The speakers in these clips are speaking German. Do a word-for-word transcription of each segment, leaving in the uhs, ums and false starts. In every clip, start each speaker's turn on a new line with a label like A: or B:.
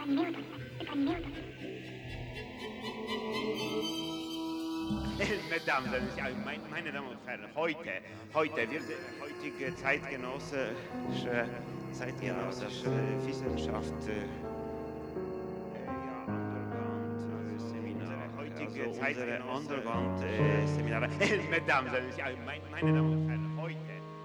A: Mesdames, meine, meine Damen und Herren, heute, heute wird heutige zeitgenössische, zeitgenössische Wissenschaft äh, heutige Zeit Underground-Seminare. Mesdames, meine, meine Damen und Herren, heute.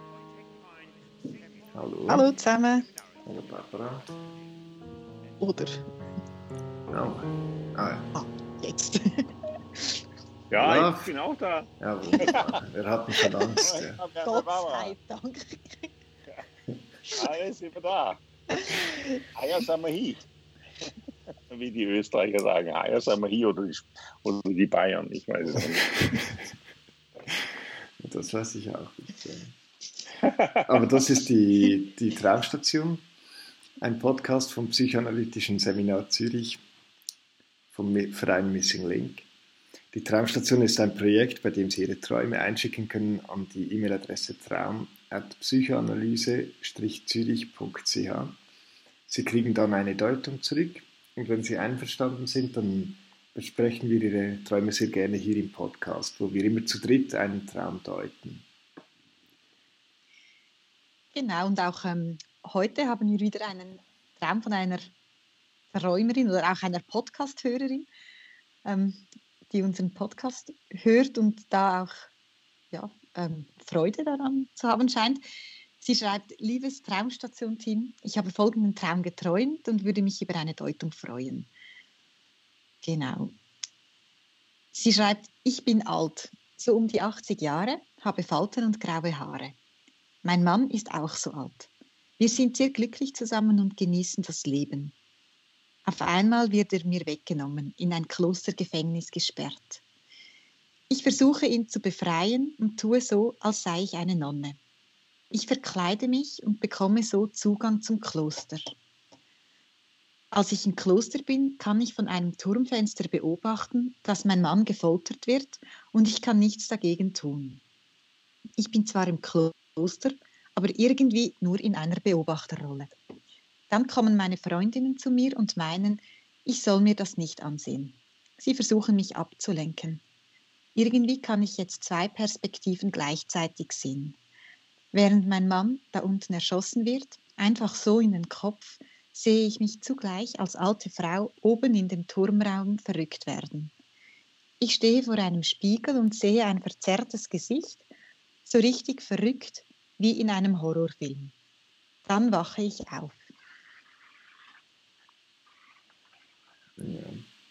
B: Hallo.
C: Hallo zusammen.
B: Hallo Barbara.
C: Oder?
B: Oh. Ah, ja.
C: Ah, jetzt.
D: Ja,
B: Ja.
D: ich bin auch da.
B: Ja, wunderbar. Wir hatten schon Angst. Ja.
C: Gott sei Dank.
D: Alles sind wir da. Eier sind wir hier. Wie die Österreicher sagen, Eier sind wir hier oder die, oder die Bayern, ich weiß es nicht.
B: Das weiß ich auch nicht. Aber das ist die, die Traumstation, ein Podcast vom Psychoanalytischen Seminar Zürich, vom Verein Missing Link. Die Traumstation ist ein Projekt, bei dem Sie Ihre Träume einschicken können an die E-Mail-Adresse traum at psychoanalyse zürich punkt c h. Sie kriegen dann eine Deutung zurück und wenn Sie einverstanden sind, dann besprechen wir Ihre Träume sehr gerne hier im Podcast, wo wir immer zu dritt einen Traum deuten.
C: Genau, und auch ähm, heute haben wir wieder einen Traum von einer Träumerin oder auch einer Podcast-Hörerin, ähm, die unseren Podcast hört und da auch ja, ähm, Freude daran zu haben scheint. Sie schreibt: Liebes Traumstation-Team, ich habe folgenden Traum geträumt und würde mich über eine Deutung freuen. Genau. Sie schreibt: Ich bin alt, so um die achtzig Jahre, habe Falten und graue Haare. Mein Mann ist auch so alt. Wir sind sehr glücklich zusammen und genießen das Leben. Auf einmal wird er mir weggenommen, in ein Klostergefängnis gesperrt. Ich versuche ihn zu befreien und tue so, als sei ich eine Nonne. Ich verkleide mich und bekomme so Zugang zum Kloster. Als ich im Kloster bin, kann ich von einem Turmfenster beobachten, dass mein Mann gefoltert wird und ich kann nichts dagegen tun. Ich bin zwar im Kloster, aber irgendwie nur in einer Beobachterrolle. Dann kommen meine Freundinnen zu mir und meinen, ich soll mir das nicht ansehen. Sie versuchen mich abzulenken. Irgendwie kann ich jetzt zwei Perspektiven gleichzeitig sehen. Während mein Mann da unten erschossen wird, einfach so in den Kopf, sehe ich mich zugleich als alte Frau oben in dem Turmraum verrückt werden. Ich stehe vor einem Spiegel und sehe ein verzerrtes Gesicht, so richtig verrückt wie in einem Horrorfilm. Dann wache ich auf.
B: Ja.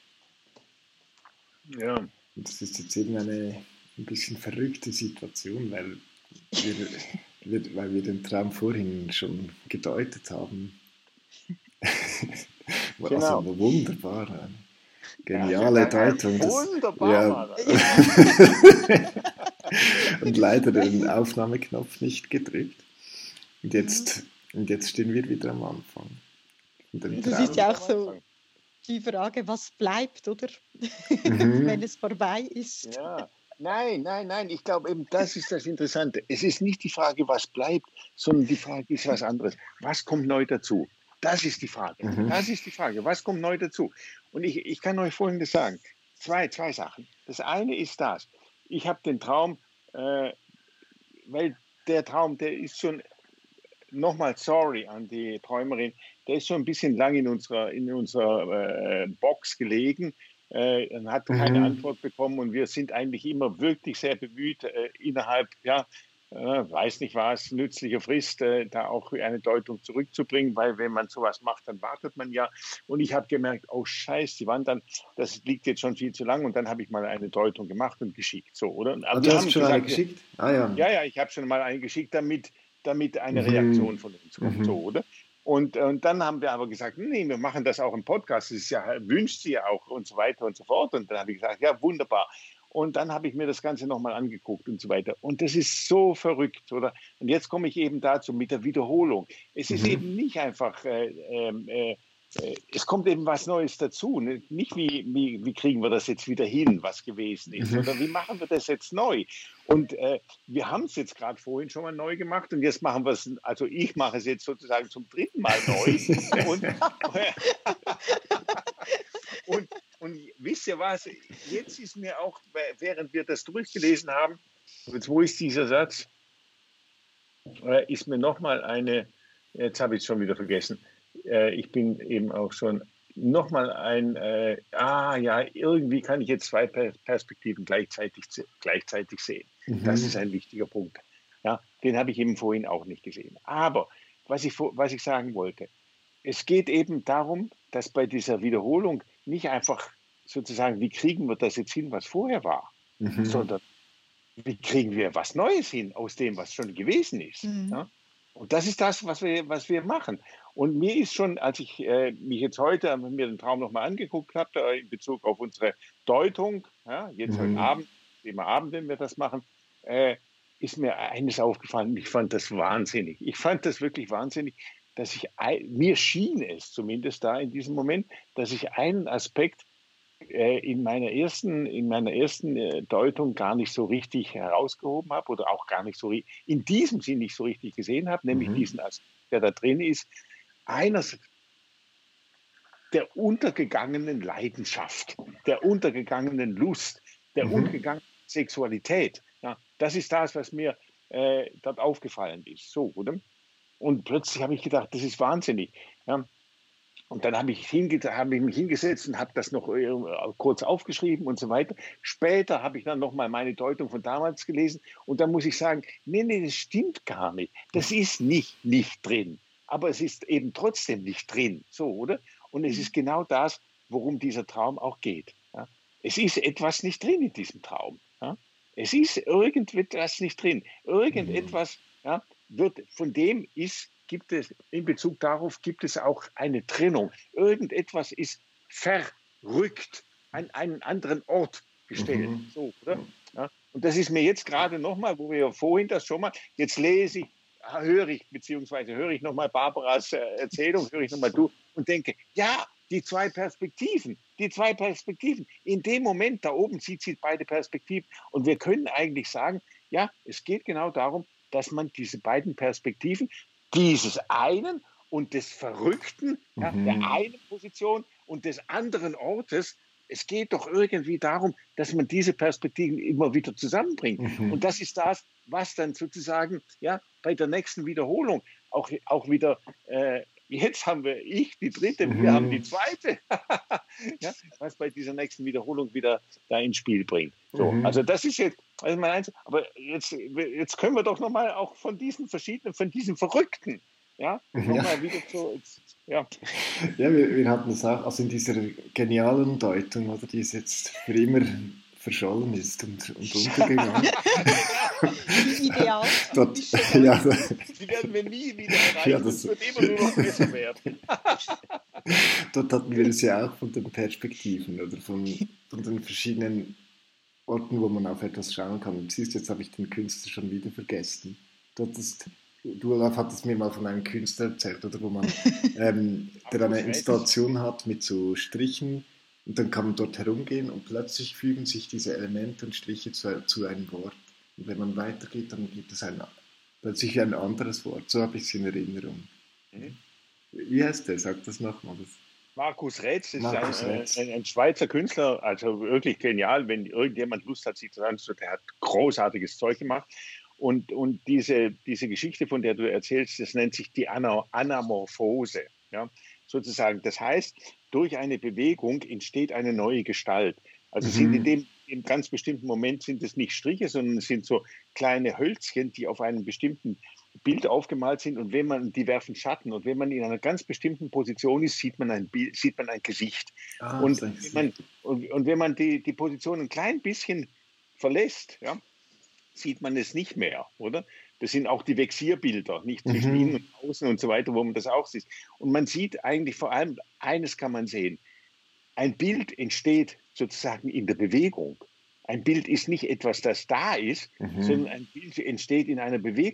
D: Ja.
B: Das ist jetzt eben eine ein bisschen verrückte Situation, weil wir, wir, weil wir den Traum vorhin schon gedeutet haben. Also
D: Genau.
B: wunderbar. Eine geniale
D: Ja,
B: Deutung. Das,
D: wunderbar
B: ja.
D: war das.
B: Und leider den Aufnahmeknopf nicht gedrückt. Und jetzt, und jetzt stehen wir wieder am Anfang.
C: Das ist ja auch so die Frage, was bleibt, oder?
B: Mhm.
C: Wenn es vorbei ist.
D: Ja. Nein, nein, nein, ich glaube eben, das ist das Interessante. Es ist nicht die Frage, was bleibt, sondern die Frage ist was anderes. Was kommt neu dazu? Das ist die Frage.
B: Mhm.
D: Das ist die Frage. Was kommt neu dazu? Und ich, ich kann euch Folgendes sagen. Zwei, zwei Sachen. Das eine ist das. Ich habe den Traum, äh, weil der Traum, der ist schon, nochmal sorry an die Träumerin, der ist schon ein bisschen lang in unserer, in unserer äh, Box gelegen. Äh, und hat keine
B: Mhm.
D: Antwort bekommen und wir sind eigentlich immer wirklich sehr bemüht, äh, innerhalb, ja, äh, weiß nicht was, nützlicher Frist, äh, da auch eine Deutung zurückzubringen, weil wenn man sowas macht, dann wartet man ja. Und ich habe gemerkt, oh Scheiße, die waren dann, das liegt jetzt schon viel zu lang und dann habe ich mal eine Deutung gemacht und geschickt, so, oder? Aber
B: Ah,
D: wir
B: du hast
D: haben
B: schon
D: gesagt,
B: eine geschickt? Ah ja.
D: ja, ja, ich habe schon mal eine geschickt, damit, damit eine
B: Mhm.
D: Reaktion von uns kommt,
B: Mhm.
D: so, oder? Und, und dann haben wir aber gesagt, nee, wir machen das auch im Podcast, das ist ja, wünscht sie ja auch und so weiter und so fort. Und dann habe ich gesagt, ja, wunderbar. Und dann habe ich mir das Ganze nochmal angeguckt und so weiter. Und das ist so verrückt, oder? Und jetzt komme ich eben dazu mit der Wiederholung. Es ist
B: Mhm.
D: eben nicht einfach äh, äh, äh, es kommt eben was Neues dazu. Ne? Nicht wie, wie, wie kriegen wir das jetzt wieder hin, was gewesen ist,
B: Mhm.
D: sondern wie machen wir das jetzt neu? Und äh, wir haben es jetzt gerade vorhin schon mal neu gemacht und jetzt machen wir es, also ich mache es jetzt sozusagen zum dritten Mal neu. und, und, und wisst ihr was, jetzt ist mir auch, während wir das durchgelesen haben, jetzt wo ist dieser Satz, äh, ist mir nochmal eine, jetzt habe ich es schon wieder vergessen, äh, ich bin eben auch schon nochmal ein, äh, ah ja, irgendwie kann ich jetzt zwei per Perspektiven gleichzeitig, gleichzeitig sehen.
B: Mhm.
D: Das ist ein wichtiger Punkt. Ja, den habe ich eben vorhin auch nicht gesehen. Aber was ich, was ich sagen wollte, es geht eben darum, dass bei dieser Wiederholung nicht einfach sozusagen, wie kriegen wir das jetzt hin, was vorher war,
B: Mhm.
D: sondern wie kriegen wir was Neues hin aus dem, was schon gewesen ist.
C: Mhm.
D: Ja? Und das ist das, was wir, was wir machen. Und mir ist schon, als ich äh, mich jetzt heute mir den Traum nochmal angeguckt habe, da in Bezug auf unsere Deutung, ja, jetzt
B: Mhm.
D: heute Abend, immer Abend, wenn wir das machen, äh, ist mir eines aufgefallen. Ich fand das wahnsinnig. Ich fand das wirklich wahnsinnig, dass ich, mir schien es zumindest da in diesem Moment, dass ich einen Aspekt äh, in meiner ersten, in meiner ersten äh, Deutung gar nicht so richtig herausgehoben habe oder auch gar nicht so in diesem Sinn nicht so richtig gesehen habe, nämlich
B: Mhm.
D: diesen Aspekt, der da drin ist, eines der untergegangenen Leidenschaft, der untergegangenen Lust, der
B: Mhm.
D: untergegangenen Sexualität. Ja, das ist das, was mir äh, dort aufgefallen ist. So, oder? Und plötzlich habe ich gedacht, das ist wahnsinnig. Ja. Und dann habe ich, hab ich mich hingesetzt und habe das noch äh, kurz aufgeschrieben und so weiter. Später habe ich dann nochmal meine Deutung von damals gelesen und dann muss ich sagen, nee, nee, das stimmt gar nicht. Das ist nicht nicht drin, aber es ist eben trotzdem nicht drin. So, oder? Und es ist genau das, worum dieser Traum auch geht. Ja? Es ist etwas nicht drin in diesem Traum. Ja? Es ist irgendetwas nicht drin. Irgendetwas ja, wird, von dem ist, gibt es, in Bezug darauf gibt es auch eine Trennung. Irgendetwas ist verrückt, an einen anderen Ort gestellt.
B: Mhm.
D: So, oder? Ja? Und das ist mir jetzt gerade nochmal, wo wir vorhin das schon mal, jetzt lese ich, höre ich, beziehungsweise höre ich nochmal Barbaras Erzählung, höre ich nochmal du und denke, ja, die zwei Perspektiven, die zwei Perspektiven. In dem Moment, da oben sieht sie beide Perspektiven. Und wir können eigentlich sagen, ja, es geht genau darum, dass man diese beiden Perspektiven, dieses einen und des Verrückten, mhm. ja, der einen Position und des anderen Ortes, es geht doch irgendwie darum, dass man diese Perspektiven immer wieder zusammenbringt. Mhm. Und das ist das, was dann sozusagen ja, bei der nächsten Wiederholung auch, auch wieder, äh, jetzt haben wir ich die dritte, mhm. wir haben die zweite, ja, was bei dieser nächsten Wiederholung wieder da ins Spiel bringt. So, mhm. Also das ist jetzt, also mein Eins, aber jetzt, jetzt können wir doch nochmal auch von diesen verschiedenen, von diesen Verrückten, ja, nochmal ja. wieder zu, ja.
B: Ja, wir, wir hatten das auch, also in dieser genialen Deutung, oder, die jetzt für immer verschollen ist und, und untergegangen.
C: Ideal.
B: Dort, ja,
D: die werden wir nie wieder erreichen, ja, das wird immer nur noch besser werden.
B: Dort hatten wir es ja auch von den Perspektiven oder von, von den verschiedenen Orten, wo man auf etwas schauen kann. Und siehst, jetzt habe ich den Künstler schon wieder vergessen. Dort ist, du, Olaf, hattest mir mal von einem Künstler erzählt, oder, wo man, ähm, der eine Installation hat mit so Strichen. Und dann kann man dort herumgehen und plötzlich fügen sich diese Elemente und Striche zu, zu einem Wort. Und wenn man weitergeht, dann gibt es ein, plötzlich ein anderes Wort. So habe ich es in Erinnerung. Mhm. Wie heißt der? Sag das nochmal.
D: Markus Rätz ist
B: Markus
D: ein,
B: Rätz.
D: Ein, ein Schweizer Künstler, also wirklich genial. Wenn irgendjemand Lust hat, sich das anzuschauen, der hat großartiges Zeug gemacht. Und, und diese, diese Geschichte, von der du erzählst, das nennt sich die Ana, Anamorphose. Ja? Sozusagen. Das heißt, durch eine Bewegung entsteht eine neue Gestalt. Also mhm. sind in dem im ganz bestimmten Moment sind es nicht Striche, sondern es sind so kleine Hölzchen, die auf einem bestimmten Bild aufgemalt sind. Und wenn man, die werfen Schatten. Und wenn man in einer ganz bestimmten Position ist, sieht man ein Bild, sieht man ein Gesicht. Ah, und, wenn man, und, und wenn man die, die Position ein klein bisschen verlässt, ja, sieht man es nicht mehr, oder? Das sind auch die Vexierbilder, nicht zwischen mhm. innen und außen und so weiter, wo man das auch sieht. Und man sieht eigentlich vor allem, eines kann man sehen, ein Bild entsteht sozusagen in der Bewegung. Ein Bild ist nicht etwas, das da ist, mhm. sondern ein Bild entsteht in einer Bewegung.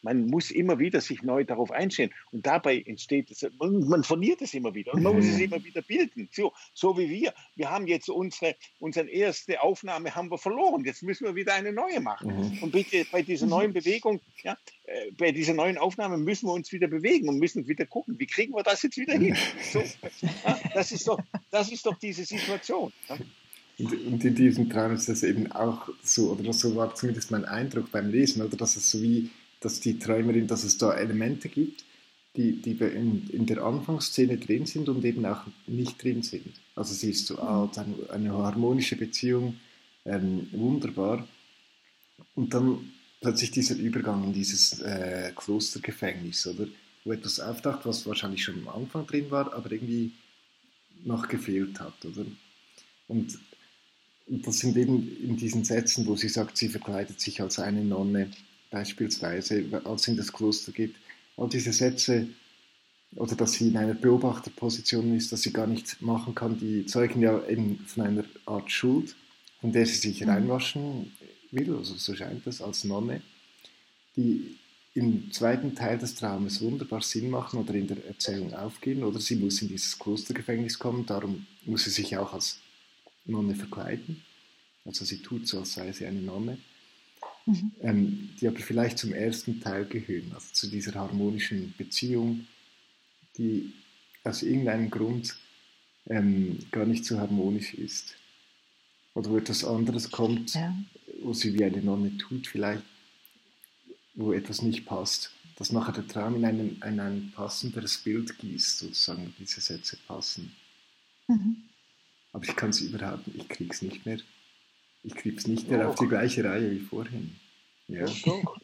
D: man muss immer wieder sich neu darauf einstellen. Und dabei entsteht es, man, man verliert es immer wieder und man muss es immer wieder bilden. So, so wie wir. Wir haben jetzt unsere, unsere erste Aufnahme haben wir verloren. Jetzt müssen wir wieder eine neue machen.
B: Mhm.
D: Und bitte bei dieser neuen Bewegung, ja, äh, bei dieser neuen Aufnahme müssen wir uns wieder bewegen und müssen wieder gucken, wie kriegen wir das jetzt wieder hin? So, ja, das ist doch, das ist doch diese Situation. Ja.
B: Und, und in diesem Traum ist das eben auch so, oder so war zumindest mein Eindruck beim Lesen, oder dass es so wie, dass die Träumerin, dass es da Elemente gibt, die, die in, in der Anfangsszene drin sind und eben auch nicht drin sind. Also sie ist so alt, eine, eine harmonische Beziehung, ähm, wunderbar. Und dann plötzlich dieser Übergang in dieses äh, Klostergefängnis, oder? Wo etwas auftaucht, was wahrscheinlich schon am Anfang drin war, aber irgendwie noch gefehlt hat, oder? Und Und das sind eben in diesen Sätzen, wo sie sagt, sie verkleidet sich als eine Nonne, beispielsweise, als sie in das Kloster geht. All diese Sätze, oder dass sie in einer Beobachterposition ist, dass sie gar nichts machen kann, die zeugen ja eben von einer Art Schuld, von der sie sich reinwaschen will, also so scheint das, als Nonne, die im zweiten Teil des Traumes wunderbar Sinn machen oder in der Erzählung aufgehen, oder sie muss in dieses Klostergefängnis kommen, darum muss sie sich auch als Nonne verkleiden. Also sie tut so, als sei sie eine Nonne. Mhm. Ähm, die aber vielleicht zum ersten Teil gehören, also zu dieser harmonischen Beziehung, die aus irgendeinem Grund ähm, gar nicht so harmonisch ist. Oder wo etwas anderes kommt, ja. Wo sie wie eine Nonne tut vielleicht, wo etwas nicht passt, dass nachher der Traum in, einen, in ein passenderes Bild gießt, sozusagen, wo diese Sätze passen. Mhm. Aber ich kann es überhaupt nicht, ich kriege es nicht mehr. Ich kriege es nicht mehr doch. Auf die gleiche Reihe wie vorhin. Ja.
D: Doch, doch.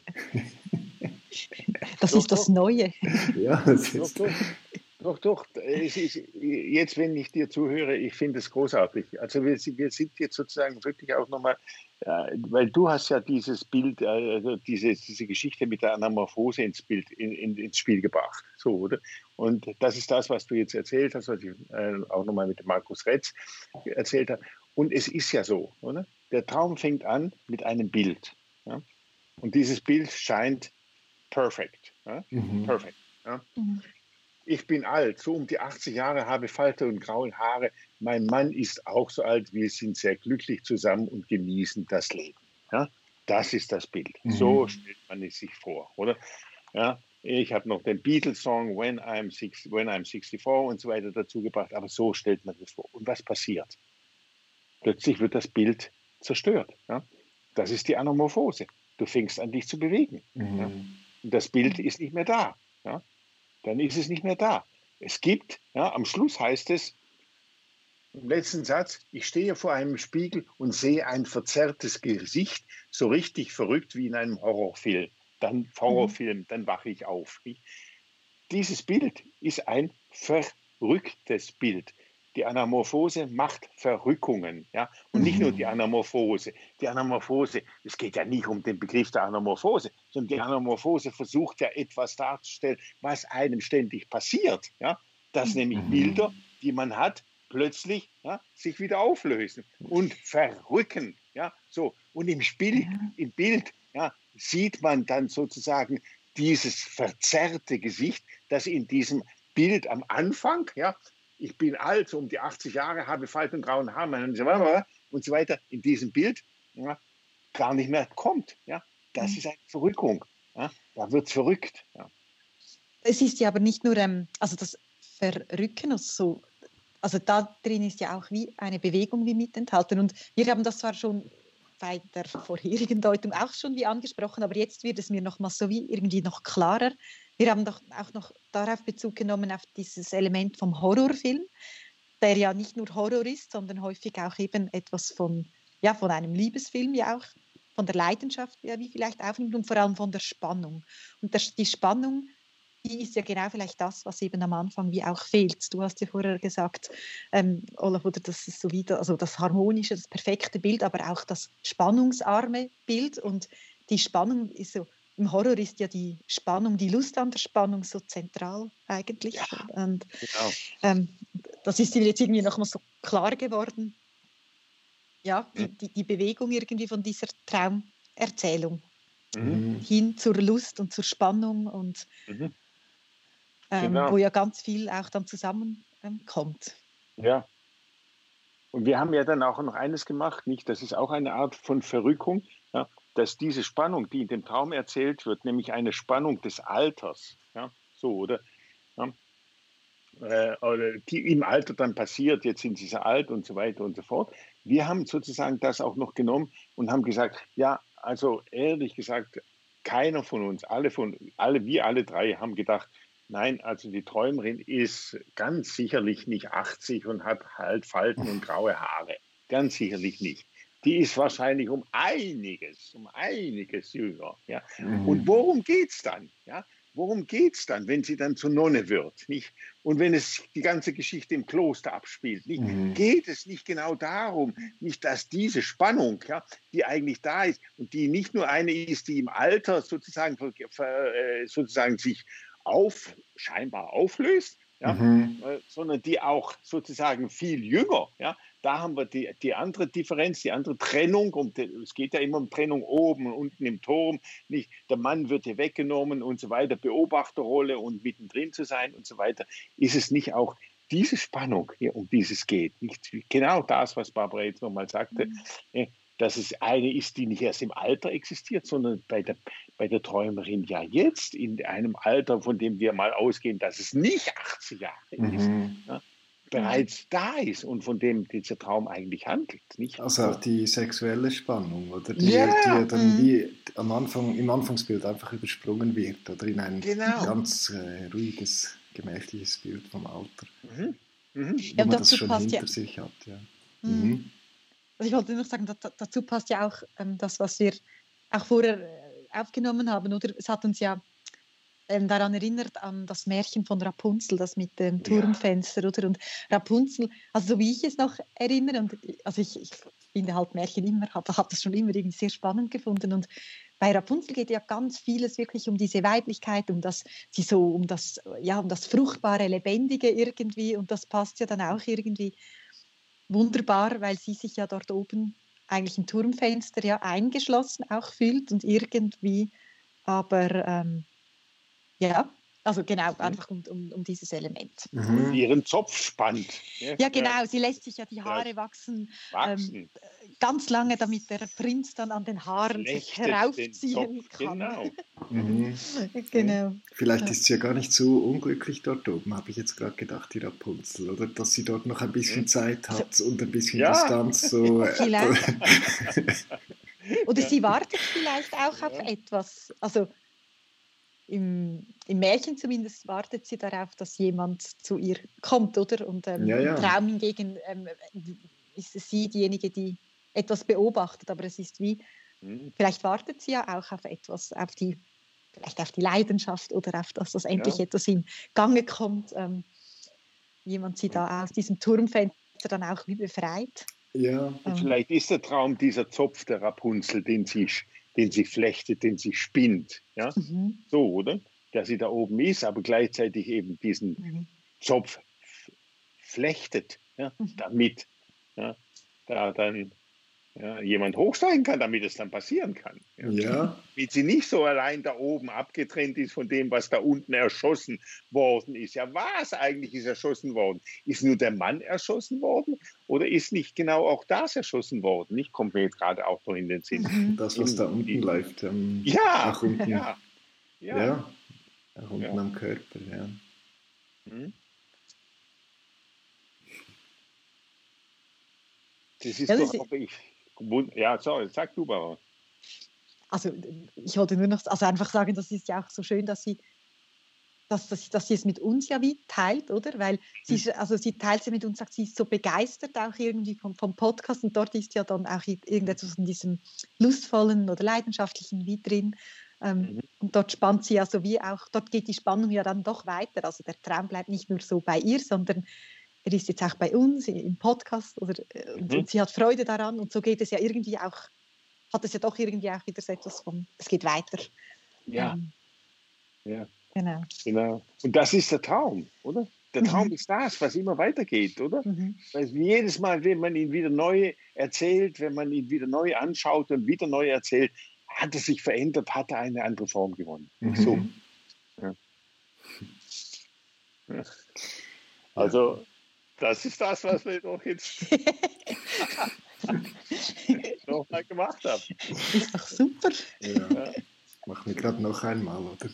C: Das
D: doch,
C: ist das
D: doch.
C: Neue.
B: Ja, das ist
D: doch, doch. Doch, doch. Es ist, jetzt, wenn ich dir zuhöre, ich finde es großartig. Also wir, wir sind jetzt sozusagen wirklich auch nochmal, äh, weil du hast ja dieses Bild, äh, also diese, diese Geschichte mit der Anamorphose ins Bild, in, in, ins Spiel gebracht. So, oder? Und das ist das, was du jetzt erzählt hast, was ich äh, auch nochmal mit dem Markus Retz erzählt habe. Und es ist ja so, oder? Der Traum fängt an mit einem Bild. Ja? Und dieses Bild scheint perfekt. Ja? Mhm. Perfekt. Ja? Mhm. Ich bin alt, so um die achtzig Jahre, habe Falten und graue Haare. Mein Mann ist auch so alt, wir sind sehr glücklich zusammen und genießen das Leben. Ja? Das ist das Bild. Mhm. So stellt man es sich vor, oder? Ja? Ich habe noch den Beatles-Song When I'm, six, When I'm sixty-four und so weiter dazu gebracht, aber so stellt man das vor. Und was passiert? Plötzlich wird das Bild zerstört. Ja? Das ist die Anamorphose. Du fängst an, dich zu bewegen. Mhm. Ja? Und das Bild ist nicht mehr da. Ja? Dann ist es nicht mehr da. Es gibt, ja, am Schluss heißt es, im letzten Satz, ich stehe vor einem Spiegel und sehe ein verzerrtes Gesicht, so richtig verrückt wie in einem Horrorfilm. Dann Horrorfilm, dann wache ich auf. Dieses Bild ist ein verrücktes Bild. Die Anamorphose macht Verrückungen. Ja? Und nicht nur die Anamorphose. Die Anamorphose, es geht ja nicht um den Begriff der Anamorphose, sondern die Anamorphose versucht ja etwas darzustellen, was einem ständig passiert. Ja? Dass nämlich Bilder, die man hat, plötzlich ja, sich wieder auflösen und verrücken. Ja? So. Und im, Spiel, im Bild ja, sieht man dann sozusagen dieses verzerrte Gesicht, das in diesem Bild am Anfang, ja, ich bin alt, so um die achtzig Jahre, habe Falten und grauen Haare und so weiter, in diesem Bild ja, gar nicht mehr kommt. Ja. Das ist eine Verrückung. Ja. Da wird es verrückt. Ja.
C: Es ist ja aber nicht nur, ähm, also das Verrücken, also, so, also da drin ist ja auch wie eine Bewegung wie mit enthalten. Und wir haben das zwar schon bei der vorherigen Deutung auch schon wie angesprochen, aber jetzt wird es mir noch mal so wie irgendwie noch klarer. Wir haben doch auch noch darauf Bezug genommen, auf dieses Element vom Horrorfilm, der ja nicht nur Horror ist, sondern häufig auch eben etwas von, ja, von einem Liebesfilm, ja auch von der Leidenschaft, ja, wie vielleicht aufnimmt und vor allem von der Spannung. Und das, die Spannung, die ist ja genau vielleicht das, was eben am Anfang wie auch fehlt. Du hast ja vorher gesagt, ähm, Olaf, oder das ist so wieder, also das harmonische, das perfekte Bild, aber auch das spannungsarme Bild. Und die Spannung ist so, im Horror ist ja die Spannung, die Lust an der Spannung so zentral eigentlich. Ja, und genau. ähm, das ist mir jetzt irgendwie nochmal so klar geworden. Ja, die, die, die Bewegung irgendwie von dieser Traumerzählung.
D: Mhm.
C: hin zur Lust und zur Spannung und
D: Mhm.
C: ähm,
D: Genau.
C: wo ja ganz viel auch dann zusammenkommt. Ähm, kommt.
D: Ja. Und wir haben ja dann auch noch eines gemacht, nicht? Das ist auch eine Art von Verrückung, ja, dass diese Spannung, die in dem Traum erzählt wird, nämlich eine Spannung des Alters, ja, so, oder? Ja, äh, oder die im Alter dann passiert, jetzt sind sie so alt und so weiter und so fort. Wir haben sozusagen das auch noch genommen und haben gesagt, ja, also ehrlich gesagt, keiner von uns, alle von, alle, wir alle drei haben gedacht, nein, also die Träumerin ist ganz sicherlich nicht achtzig und hat halt Falten und graue Haare. Ganz sicherlich nicht. Die ist wahrscheinlich um einiges, um einiges jünger. Ja? Und
B: Mhm.
D: worum geht es dann? Ja? Worum geht es dann, wenn sie dann zur Nonne wird? Nicht? Und wenn es die ganze Geschichte im Kloster abspielt, nicht?
B: Mhm.
D: Geht es nicht genau darum, nicht, dass diese Spannung, ja, die eigentlich da ist und die nicht nur eine ist, die im Alter sozusagen, sozusagen sich auf, scheinbar auflöst, ja,
B: Mhm.
D: äh, sondern die auch sozusagen viel jünger, ja, da haben wir die, die andere Differenz, die andere Trennung, um die, es geht ja immer um Trennung oben und unten im Turm, nicht, der Mann wird hier weggenommen und so weiter, Beobachterrolle und mittendrin zu sein und so weiter, ist es nicht auch diese Spannung, hier, um die es geht, nicht genau das, was Barbara jetzt nochmal sagte, äh, dass es eine ist, die nicht erst im Alter existiert, sondern bei der, bei der Träumerin ja jetzt in einem Alter, von dem wir mal ausgehen, dass es nicht achtzig Jahre ist,
B: Mhm.
D: ja, bereits da ist und von dem dieser Traum eigentlich handelt. Nicht?
B: Also auch die sexuelle Spannung, oder? Die,
D: Ja.
B: die ja dann
C: Mhm.
B: wie am Anfang, im Anfangsbild einfach übersprungen wird oder in ein
D: Genau.
B: ganz äh, ruhiges, gemächliches Bild vom Alter,
D: Mhm. Mhm.
B: wo
C: Ja, und
B: man das
C: dazu
B: schon
C: passt ja,
B: hinter sich hat. Ja.
C: Mhm.
B: Mhm.
C: also ich wollte nur noch sagen, da, da- dazu passt ja auch ähm, das, was wir auch vorher äh, aufgenommen haben, oder? Es hat uns ja ähm, daran erinnert an das Märchen von Rapunzel, das mit dem
D: Ja.
C: Turmfenster, oder? Und Rapunzel, also so wie ich es noch erinnere, und also ich, ich finde halt Märchen immer, habe hab das schon immer irgendwie sehr spannend gefunden. Und bei Rapunzel geht ja ganz vieles wirklich um diese Weiblichkeit, um das, sie so, um das, ja, um das fruchtbare, lebendige irgendwie. Und das passt ja dann auch irgendwie wunderbar, weil sie sich ja dort oben eigentlich im Turmfenster ja eingeschlossen auch fühlt und irgendwie, aber ähm, ja, also genau, einfach um, um, um dieses Element.
D: Und
B: Mhm.
D: ihren Zopf spannt. Ja,
C: Ja, genau, sie lässt sich ja die
D: Ja.
C: Haare wachsen, ähm,
D: Wachsen,
C: ganz lange, damit der Prinz dann an den Haaren sich
D: flechtet den
C: heraufziehen
D: Zopf.
C: kann.
D: Genau.
B: Mhm.
C: Genau.
B: Vielleicht
C: Ja.
B: ist sie ja gar nicht so unglücklich dort oben, habe ich jetzt gerade gedacht, die Rapunzel, oder? Dass sie dort noch ein bisschen
D: Mhm.
B: Zeit hat und ein bisschen
D: Ja.
B: Distanz. So, äh,
C: Vielleicht. Oder
D: Ja.
C: sie wartet vielleicht auch auf
D: Ja.
C: etwas. Also im, im Märchen zumindest wartet sie darauf, dass jemand zu ihr kommt, oder? Und ähm,
B: Ja, ja.
C: im Traum hingegen ähm, ist es sie diejenige, die etwas beobachtet, aber es ist wie,
D: Mhm.
C: vielleicht wartet sie ja auch auf etwas, auf die, vielleicht auf die Leidenschaft oder auf das, dass endlich
D: Ja.
C: etwas in Gange kommt, ähm, jemand sie da aus diesem Turmfenster dann auch wie befreit.
B: ja.
D: Und
C: Ähm,
D: vielleicht ist der Traum dieser Zopf der Rapunzel, den sie, den sie flechtet, den sie spinnt. Ja?
C: mhm,
D: So, oder? Dass sie da oben ist, aber gleichzeitig eben diesen
C: mhm,
D: Zopf flechtet, ja?
C: mhm.
D: Damit ja? da dann ja, jemand hochsteigen kann, damit es dann passieren kann. Ja?
B: Ja,
D: Damit sie nicht so allein da oben abgetrennt ist von dem, was da unten erschossen worden ist. Ja, was eigentlich ist erschossen worden? Ist nur der Mann erschossen worden oder ist nicht genau auch das erschossen worden? Nicht, kommt mir jetzt gerade auch noch in den Sinn.
C: Mhm.
B: das, was da unten
D: Die-
B: läuft. Ähm,
D: Ja,
B: auch unten,
D: ja,
B: ja.
D: ja.
B: auch unten
D: Ja.
B: am Körper, ja.
D: Hm? Das ist
C: Ja,
D: doch
C: das-
D: auch ich. Ja, sorry, sag du mal.
C: Also ich wollte nur noch also einfach sagen, das ist ja auch so schön, dass sie, dass, dass, dass sie es mit uns ja wie teilt, oder? Weil sie, ist- also sie teilt sie mit uns, sagt, sie ist so begeistert auch irgendwie vom, vom Podcast und dort ist ja dann auch irgendetwas von diesem lustvollen oder leidenschaftlichen wie drin. Ähm,
D: Mhm.
C: Und dort spannt sie ja so wie auch, dort geht die Spannung ja dann doch weiter. Also der Traum bleibt nicht nur so bei ihr, sondern er ist jetzt auch bei uns im Podcast oder, und,
D: Mhm.
C: und sie hat Freude daran und so geht es ja irgendwie auch, hat es ja doch irgendwie auch wieder so etwas von, es geht weiter.
D: Ja,
C: Ähm,
D: ja,
C: genau.
D: genau. Und das ist der Traum, oder? Der Traum
C: Mhm.
D: ist das, was immer weitergeht, oder?
C: Mhm.
D: Weil jedes Mal, wenn man ihn wieder neu erzählt, wenn man ihn wieder neu anschaut und wieder neu erzählt, hat er sich verändert, hat er eine andere Form gewonnen.
B: Mhm.
D: So. Ja. Ja. Also, das ist das, was wir doch jetzt nochmal gemacht haben.
C: Ist doch super.
B: Ja. Machen wir gerade noch einmal, oder?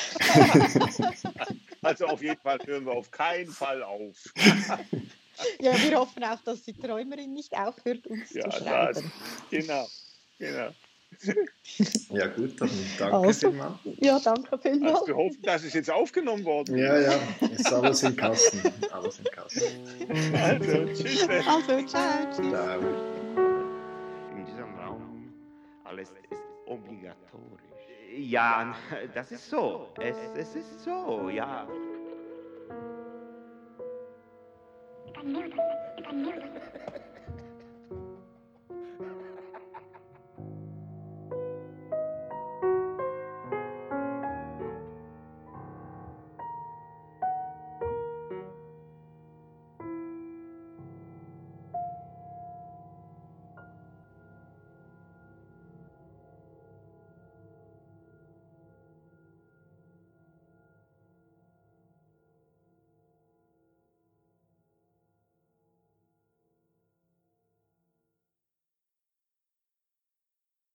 D: Also auf jeden Fall hören wir auf keinen Fall auf.
C: Ja, wir hoffen auch, dass die Träumerin nicht aufhört, uns
D: Ja,
C: zu
D: das,
C: schreiben.
D: genau, genau.
B: Ja gut, dann danke
C: Also,
B: vielmals.
C: ja, danke vielmals.
D: Also wir hoffen, dass es jetzt aufgenommen worden ist.
B: Ja, ja, ist alles im Kasten. Alles im Kasten.
D: Also, tschüss.
C: Also, ciao, tschüss.
B: Ciao.
A: In diesem Raum alles ist obligatorisch. Ja, das ist so. Es, es ist so, ja.
E: Can you, can you